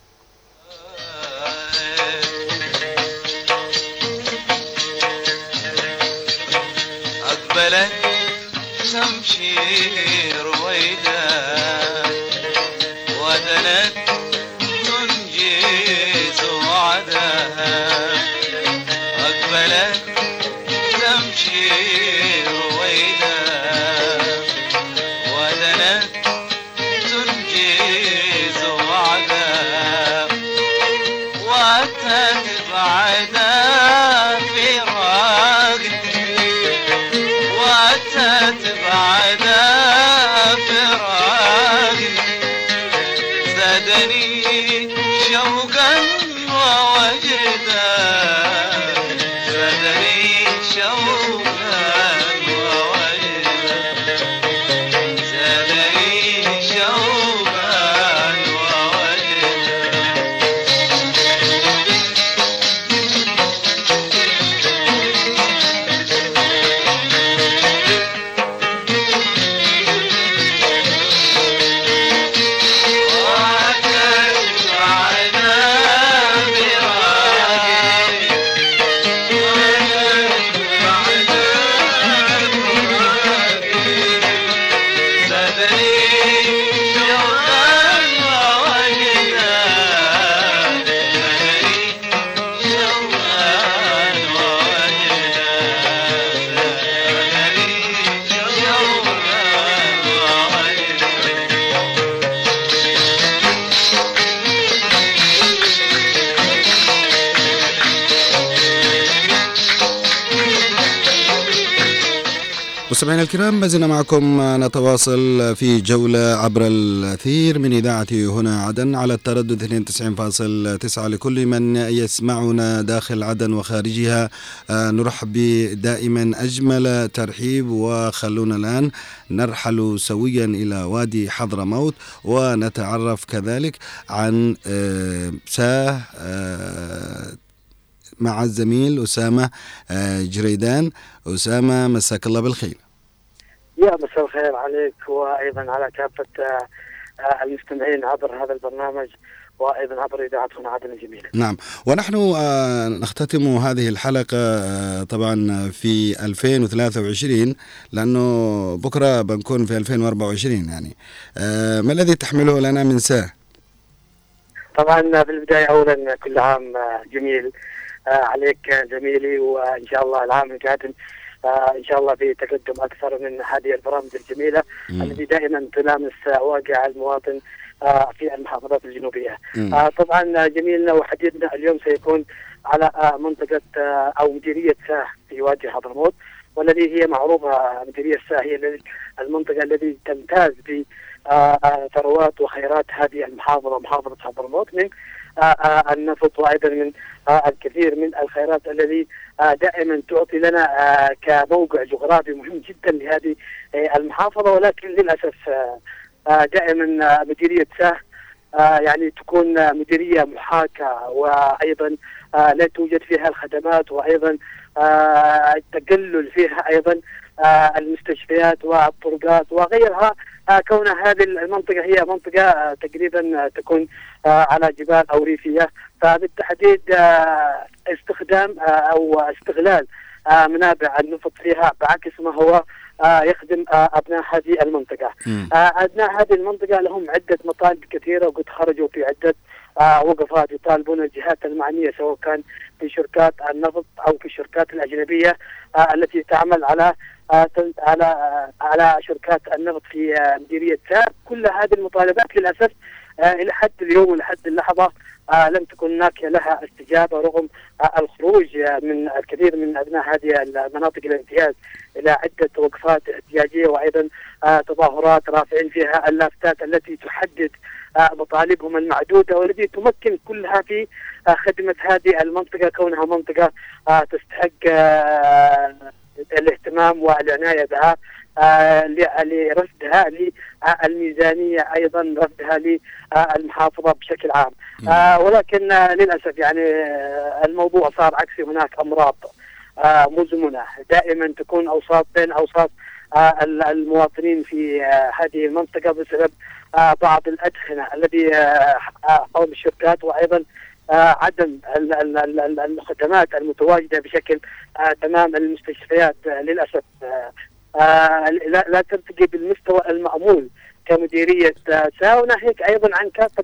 أقبلت تمشي رويدا ودنت تنجز وعدها. أقبلت تمشي رويدا ودنت تنجز وعدها وأتت بعدا بعد فراق زادني شوقا ووجدا زادني شوقا ووجدا زادني شوقا ووجدا. مستمعينا الكرام، ما زلنا معكم نتواصل في جولة عبر الأثير من إذاعة هنا عدن على التردد 92.9 لكل من يسمعنا داخل عدن وخارجها. نرحب دائما أجمل ترحيب، وخلونا الآن نرحل سويا إلى وادي حضرموت ونتعرف كذلك عن ساه مع الزميل أسامة جريدان. أسامة، مساك الله بالخير. يا مساء الخير عليك وأيضا على كافة المستمعين عبر هذا البرنامج وأيضا عبر إذاعة هنا عدن الجميلة. نعم، ونحن نختتم هذه الحلقة طبعا في 2023 لأنه بكرة بنكون في 2024. يعني ما الذي تحمله لنا من ساه؟ طبعا في البداية أولا كل عام جميل عليك زميلي، وإن شاء الله العام القادم إن شاء الله في تقدم أكثر من هذه البرامج الجميلة التي دائما تلامس واقع المواطن في المحافظات الجنوبية. طبعا جميلنا وحديثنا اليوم سيكون على منطقة أو مديرية ساه في وادي حضرموت، والذي هي معروفة مديرية سا هي المنطقة التي تمتاز بثروات وخيرات هذه المحافظة، محافظة حضرموت، من النفط وأيضا من الكثير من الخيرات الذي دائما تعطي لنا كموقع جغرافي مهم جدا لهذه المحافظة. ولكن للأسف دائما مديرية سا يعني تكون مديرية محاكاة، وأيضا لا توجد فيها الخدمات، وأيضا تقلل فيها أيضا المستشفيات والطرقات وغيرها، كون هذه المنطقة هي منطقة تقريبا تكون على جبال أو ريفية، فبالتحديد استخدام أو استغلال منابع النفط فيها بعكس ما هو يخدم أبناء هذه المنطقة. أبناء هذه المنطقة لهم عدة مطالب كثيرة، وقد خرجوا في عدة وقفات يطالبون الجهات المعنية، سواء كان في شركات النفط أو في الشركات الأجنبية التي تعمل على شركات النفط في مديرية سا. كل هذه المطالبات للأسف إلى حد اليوم ولحد اللحظة لم تكن هناك لها استجابة، رغم الخروج من الكثير من أبناء هذه المناطق الامتياز إلى عدة وقفات احتجاجية، وأيضا تظاهرات رافعين فيها اللافتات التي تحدد مطالبهم المعدودة، والتي تمكن كلها في خدمة هذه المنطقة، كونها منطقة تستحق الاهتمام والعناية بها لرفدها للميزانية، أيضا رفدها للمحافظة بشكل عام. ولكن للأسف يعني الموضوع صار عكسي. هناك أمراض مزمنة دائما تكون بين أوساط المواطنين في هذه المنطقة بسبب بعض الأدخنة الذي حول الشركات، وأيضا عدم الخدمات المتواجدة بشكل تمام. المستشفيات للأسف لا ترتقي بالمستوى المأمول كمديرية سا، وناهيك أيضا عن كافة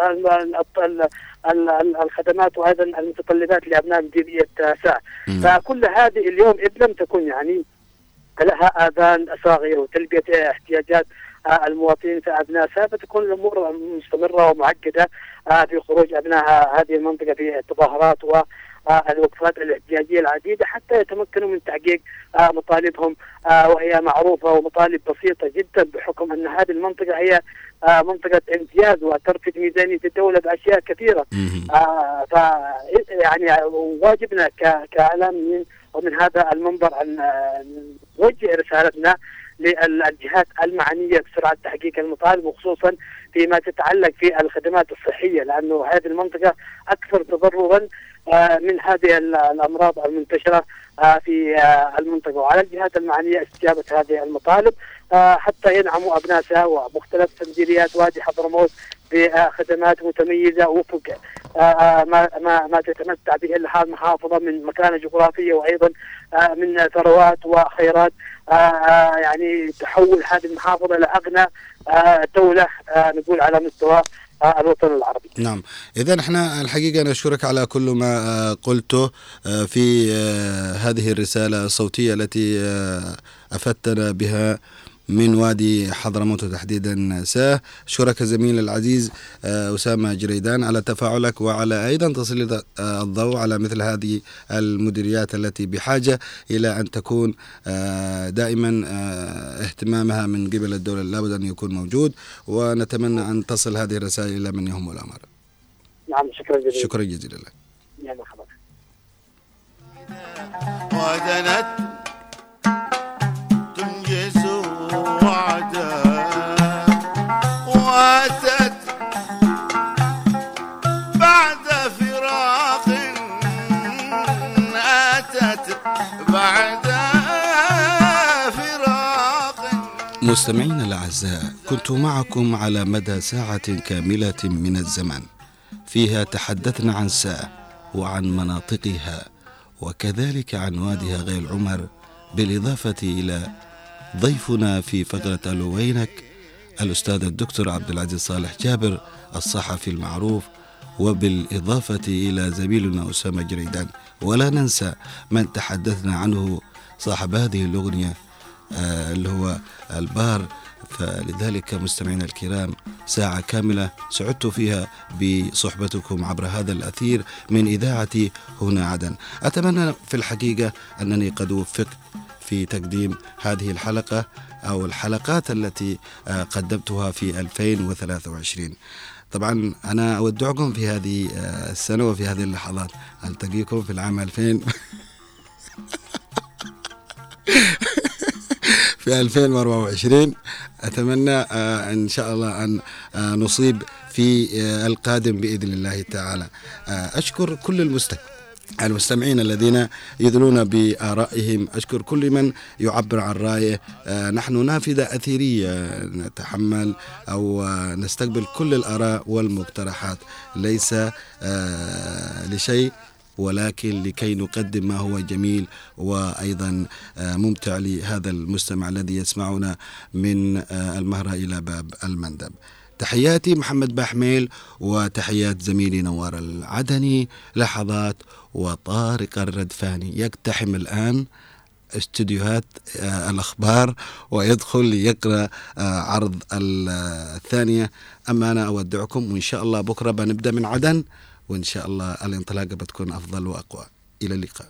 الخدمات وأيضا المتطلبات لأبناء مديرية سا. فكل هذه اليوم إذ لم تكن يعني لها آذان صاغية وتلبية احتياجات المواطنين في أبناء سا، فتكون الأمور مستمرة ومعقدة في خروج أبناء هذه المنطقة في التظاهرات والوقفات الاحتجاجية العديدة حتى يتمكنوا من تحقيق مطالبهم، وهي معروفة ومطالب بسيطة جدا، بحكم أن هذه المنطقة هي منطقة امتياز وترفد ميزانية الدولة بأشياء كثيرة. يعني واجبنا كإعلاميين ومن هذا المنبر أن نوجه رسالتنا للجهات المعنية بسرعة تحقيق المطالب، وخصوصا فيما تتعلق في الخدمات الصحية، لأنه هذه المنطقة أكثر تضررا من هذه الأمراض المنتشرة في المنطقة. وعلى الجهات المعنية استجابة هذه المطالب حتى ينعموا أبناء سا ومختلف مديريات وادي حضرموت بخدمات متميزة وفق ما تتمتع به المحافظة من مكانة جغرافية، وأيضا من ثروات وخيرات يعني تحول هذه المحافظة لأغنى دولة نقول على مستوى الوطن العربي. نعم، إذن احنا الحقيقة نشكرك على كل ما قلته في هذه الرسالة الصوتية التي أفدتنا بها من وادي حضرموت تحديدا سا. أشكرك زميل العزيز أسامة جريدان على تفاعلك وعلى أيضا تسليط الضوء على مثل هذه المديريات التي بحاجة إلى أن تكون دائما اهتمامها من قبل الدولة لابد أن يكون موجود، ونتمنى أن تصل هذه الرسائل إلى من يهم الأمر. نعم، شكرا جزيلا. شكرا جزيلا لك. يا مرحبا. ودنت تنجز وعدا واتت بعد فراق، أتت بعد فراق. مستمعين الأعزاء، كنت معكم على مدى ساعة كاملة من الزمن فيها تحدثنا عن سا وعن مناطقها، وكذلك عن وادي غيل عمر، بالإضافة إلى ضيفنا في فقرة ألوينك الأستاذ الدكتور عبد العزيز صالح جابر الصحفي المعروف، وبالإضافة إلى زميلنا أسامة جريدان. ولا ننسى من تحدثنا عنه صاحب هذه الأغنية اللي هو البار. فلذلك مستمعينا الكرام، ساعة كاملة سعدت فيها بصحبتكم عبر هذا الأثير من إذاعة هنا عدن. أتمنى في الحقيقة أنني قد وفقت في تقديم هذه الحلقة أو الحلقات التي قدمتها في 2023. طبعا أنا أودعكم في هذه السنة وفي هذه اللحظات، ألتقيكم في العام 2000 في 2024. أتمنى إن شاء الله أن نصيب في القادم بإذن الله تعالى. أشكر كل المستمعين الذين يدلون بآرائهم، أشكر كل من يعبر عن رأيه. نحن نافذة أثيرية نتحمل أو نستقبل كل الآراء والمقترحات، ليس لشيء ولكن لكي نقدم ما هو جميل وأيضا ممتع لهذا المستمع الذي يسمعنا من المهرة إلى باب المندب. تحياتي محمد باحميل وتحيات زميلي نوار العدني. لحظات وطارق الردفاني يقتحم الآن استديوهات الأخبار ويدخل ليقرأ عرض الثانية. أما أنا أودعكم، وإن شاء الله بكرة بنبدأ من عدن، وإن شاء الله الانطلاقة بتكون أفضل وأقوى. إلى اللقاء.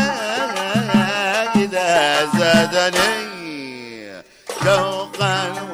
زادني شوقا